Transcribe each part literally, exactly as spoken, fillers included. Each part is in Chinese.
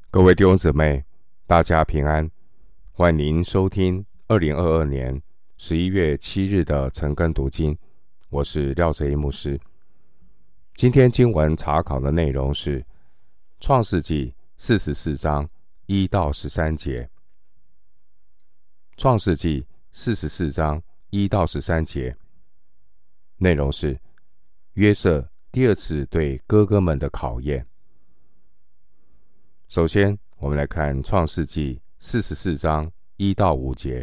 各位弟兄姊妹，大家平安，欢迎您收听二零二二年十一月七日的晨更读经，我是廖哲一牧师。今天经文查考的内容是创世纪四十四章一到十三节。创世纪四十四章一到十三节，内容是约瑟第二次对哥哥们的考验。首先，我们来看创世纪四十四章一到五节。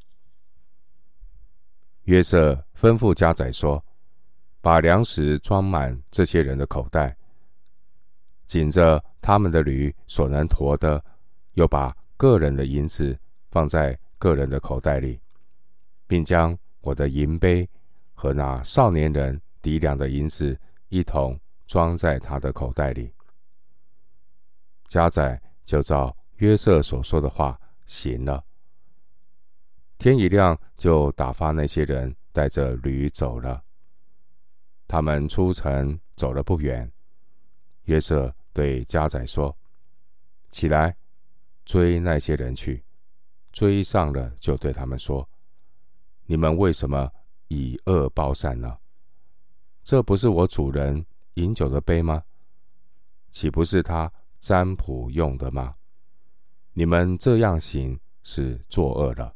约瑟吩咐家宰说：把粮食装满这些人的口袋，紧着他们的驴所能驮的，又把个人的银子放在个人的口袋里，并将我的银杯和那少年人抵两的银子一同装在他的口袋里。家宰就照约瑟所说的话行了。天一亮，就打发那些人带着驴走了。他们出城走了不远，约瑟对家宰说：起来，追那些人去。追上了，就对他们说：你们为什么以恶报善呢？这不是我主人饮酒的杯吗？岂不是他占卜用的吗？你们这样行是作恶了。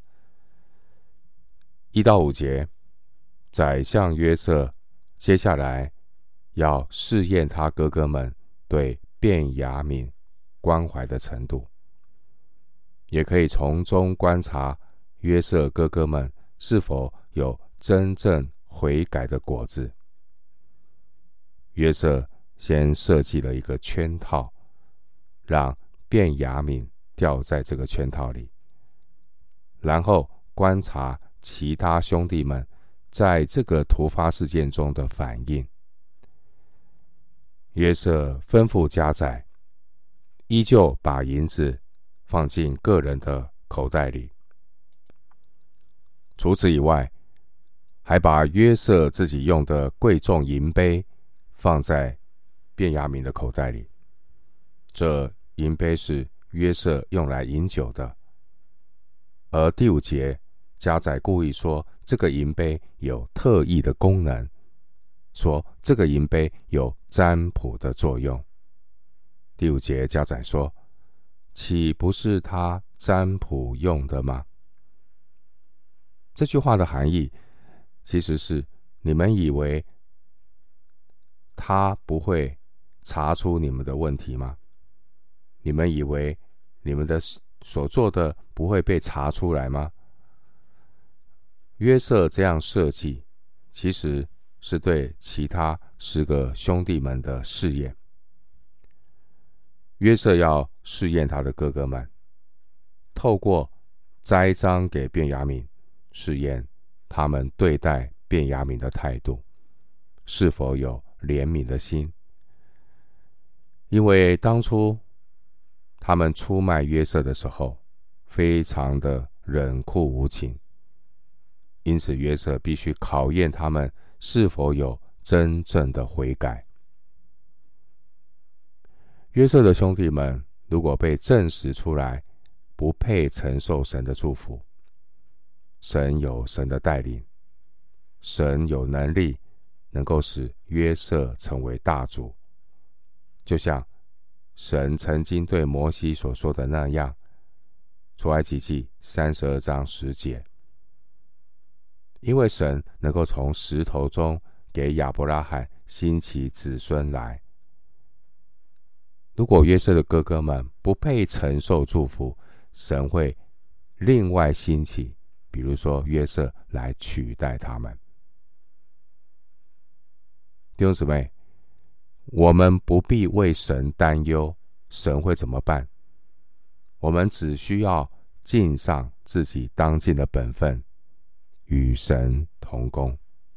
一到五节，宰相约瑟接下来要试验他哥哥们对便雅悯关怀的程度，也可以从中观察约瑟哥哥们是否有真正悔改的果子。约瑟先设计了一个圈套，让便雅悯掉在这个圈套里，然后观察其他兄弟们在这个突发事件中的反应。约瑟吩咐家宰，依旧把银子放进个人的口袋里。除此以外，还把约瑟自己用的贵重银杯放在便雅悯的口袋里。这银杯是约瑟用来饮酒的。而第五节，家宰故意说这个银杯有特异的功能，说这个银杯有占卜的作用。第五节，家宰说：岂不是他占卜用的吗？这句话的含义其实是：你们以为他不会查出你们的问题吗？你们以为你们的所做的不会被查出来吗？约瑟这样设计，其实是对其他十个兄弟们的试验。约瑟要试验他的哥哥们，透过栽赃给便雅悯，试验他们对待便雅悯的态度，是否有怜悯的心。因为当初他们出卖约瑟的时候，非常的冷酷无情，因此约瑟必须考验他们是否有真正的悔改。约瑟的兄弟们如果被证实出来不配承受神的祝福，神有神的带领，神有能力能够使约瑟成为大主，就像神曾经对摩西所说的那样，出埃及记三十二章十节，因为神能够从石头中给亚伯拉罕兴起子孙来。如果约瑟的哥哥们不配承受祝福，神会另外兴起，比如说约瑟来取代他们。弟兄姊妹，我们不必为神担忧，神会怎么办？我们只需要尽上自己当尽的本分，与神同工。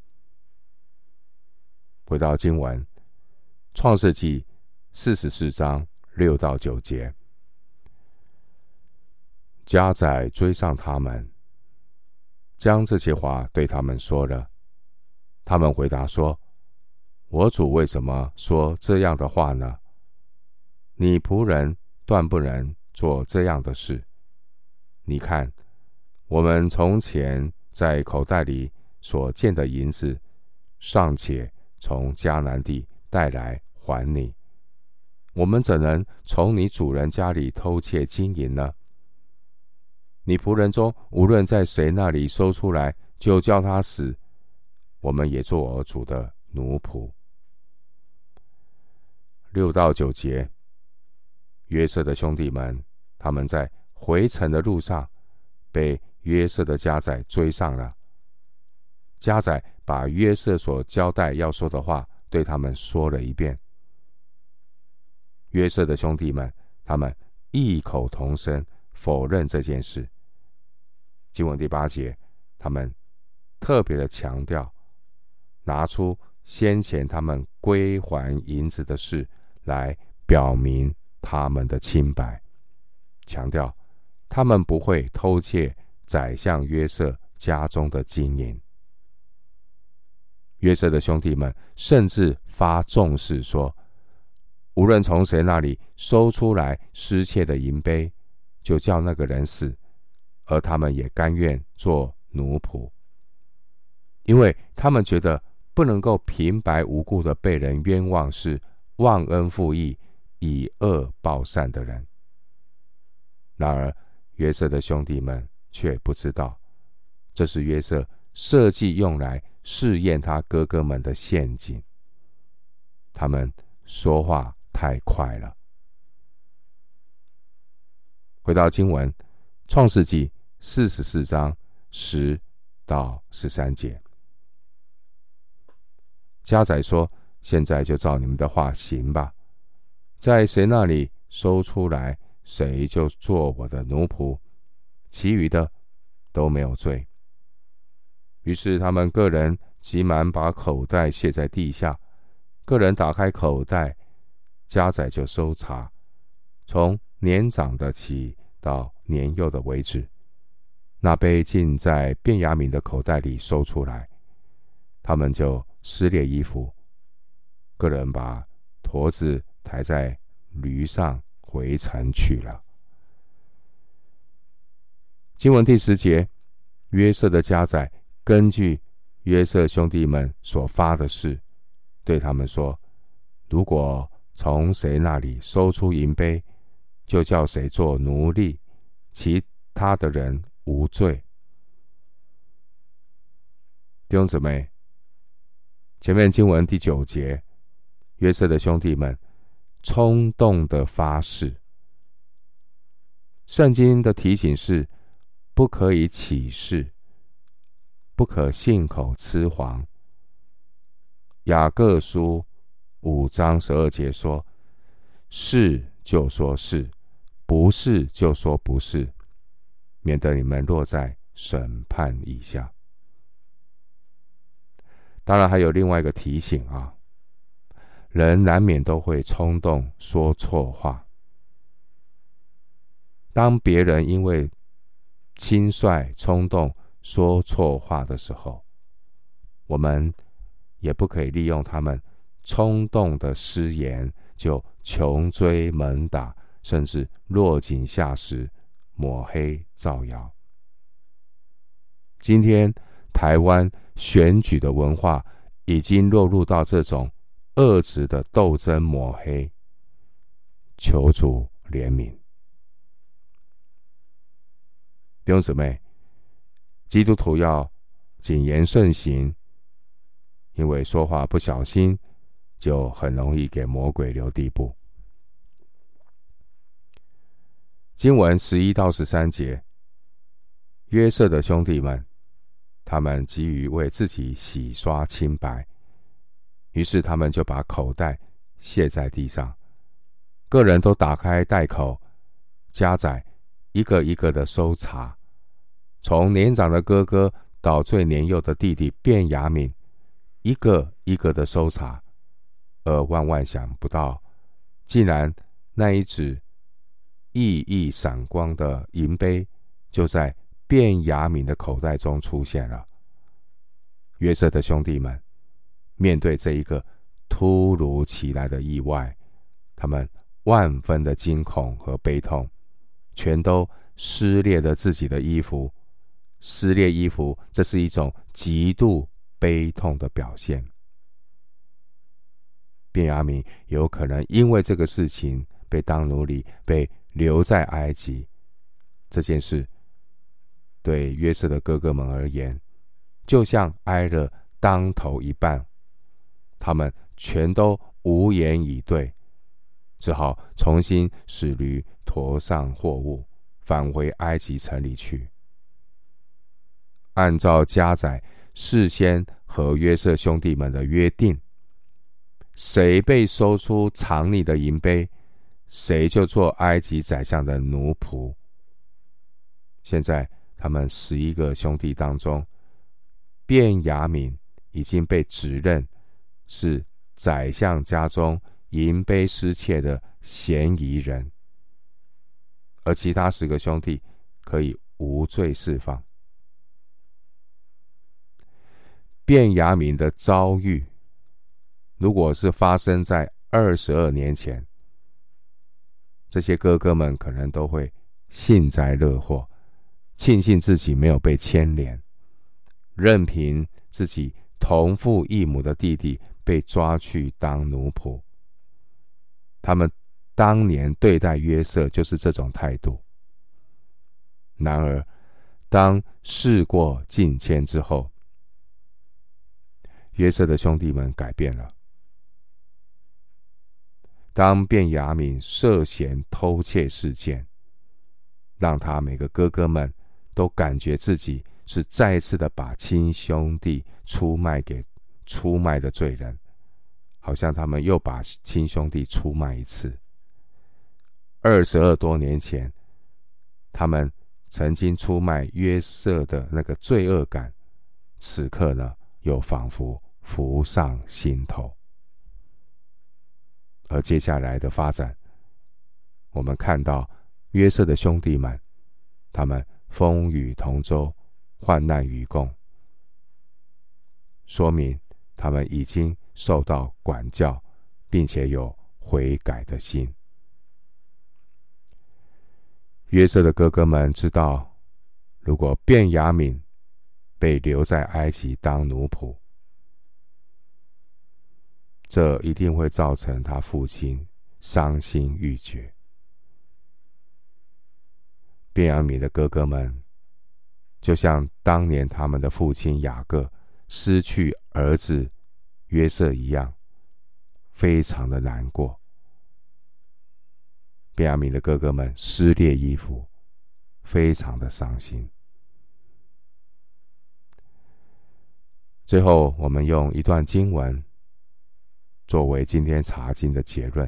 回到经文，创世纪四十四章六到九节，家宰追上他们，将这些话对他们说了。他们回答说：我主为什么说这样的话呢？你仆人断不能做这样的事。你看，我们从前在口袋里所见的银子，尚且从迦南地带来还你，我们怎能从你主人家里偷窃金银呢？你仆人中无论在谁那里搜出来，就叫他死，我们也做我主的奴仆。六到九节，约瑟的兄弟们，他们在回程的路上被约瑟的家宰追上了。家宰把约瑟所交代要说的话对他们说了一遍。约瑟的兄弟们，他们异口同声否认这件事。经文第八节，他们特别的强调，拿出先前他们归还银子的事来表明他们的清白，强调他们不会偷窃宰相约瑟家中的金银。约瑟的兄弟们甚至发重誓说，无论从谁那里收出来失窃的银杯，就叫那个人死，而他们也甘愿做奴仆，因为他们觉得不能够平白无故的被人冤枉，是忘恩负义、以恶报善的人。然而约瑟的兄弟们却不知道，这是约瑟设计用来试验他哥哥们的陷阱。他们说话太快了。回到经文，创世纪四十四章十到十三节，家宰说，现在就照你们的话行吧，在谁那里收出来，谁就做我的奴仆，其余的都没有罪。于是他们个人急忙把口袋卸在地下，个人打开口袋，家宰就搜查，从年长的起到年幼的为止，那杯尽在便雅悯的口袋里搜出来。他们就撕裂衣服，个人把驼子抬在驴上回城去了。经文第十节，约瑟的家宰根据约瑟兄弟们所发的誓，对他们说，如果从谁那里收出银杯，就叫谁做奴隶，其他的人无罪。弟兄姊妹，前面经文第九节，约瑟的兄弟们冲动的发誓。圣经的提醒是，不可以起誓，不可信口雌黄。雅各书五章十二节说，是就说是，不是就说不是，免得你们落在审判以下。当然还有另外一个提醒啊，人难免都会冲动说错话。当别人因为轻率冲动说错话的时候，我们也不可以利用他们冲动的失言就穷追猛打，甚至落井下石，抹黑造谣。今天台湾选举的文化已经落入到这种恶质的斗争抹黑，求主怜悯。弟兄姊妹，基督徒要谨言慎行，因为说话不小心，就很容易给魔鬼留地步。经文十一到十三节，约瑟的兄弟们，他们急于为自己洗刷清白，于是他们就把口袋卸在地上，个人都打开袋口，家宰一个一个的搜查，从年长的哥哥到最年幼的弟弟便雅悯，一个一个的搜查，而万万想不到，竟然那一只熠熠闪光的银杯就在便雅悯的口袋中出现了。约瑟的兄弟们面对这一个突如其来的意外，他们万分的惊恐和悲痛，全都撕裂了自己的衣服。撕裂衣服，这是一种极度悲痛的表现。便雅悯有可能因为这个事情被当奴隶，被留在埃及。这件事对约瑟的哥哥们而言，就像挨了当头一棒，他们全都无言以对，只好重新使驴驮上货物，返回埃及城里去。按照家宰事先和约瑟兄弟们的约定，谁被收出藏匿的银杯，谁就做埃及宰相的奴仆。现在他们十一个兄弟当中，便雅悯已经被指认是宰相家中银杯失窃的嫌疑人，而其他十个兄弟可以无罪释放。便雅悯的遭遇，如果是发生在二十二年前，这些哥哥们可能都会幸灾乐祸，庆幸自己没有被牵连，任凭自己同父异母的弟弟被抓去当奴仆。他们当年对待约瑟就是这种态度。然而，当事过境迁之后，约瑟的兄弟们改变了。当便雅悯涉嫌偷窃事件，让他每个哥哥们都感觉自己是再次的把亲兄弟出卖给出卖的罪人，好像他们又把亲兄弟出卖一次。二十二多年前，他们曾经出卖约瑟的那个罪恶感，此刻呢，又仿佛浮上心头。而接下来的发展，我们看到约瑟的兄弟们，他们风雨同舟，患难与共，说明他们已经受到管教，并且有悔改的心。约瑟的哥哥们知道，如果便雅悯被留在埃及当奴仆，这一定会造成他父亲伤心欲绝。便雅悯的哥哥们就像当年他们的父亲雅各失去儿子约瑟一样，非常的难过。便雅悯的哥哥们撕裂衣服，非常的伤心。最后，我们用一段经文作为今天查经的结论。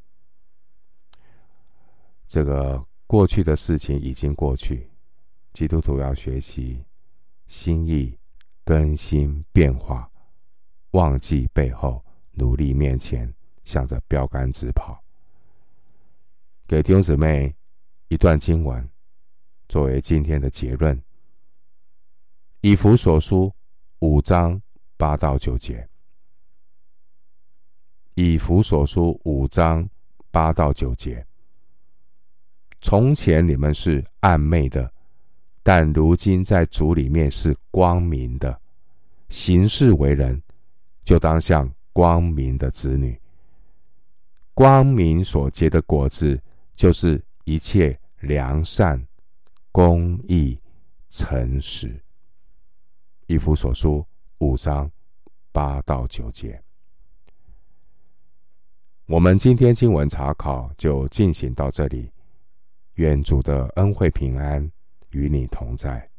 这个过去的事情已经过去，基督徒要学习心意更新变化，忘记背后，努力面前，向着标杆直跑。给弟兄姊妹一段经文作为今天的结论。以弗所书五章八到九节。以弗所书五章八到九节。从前你们是暗昧的，但如今在主里面是光明的，行事为人就当像光明的子女。光明所结的果子，就是一切良善、公义、诚实。以弗所书五章八到九节。我们今天经文查考就进行到这里，愿主的恩惠平安与你同在。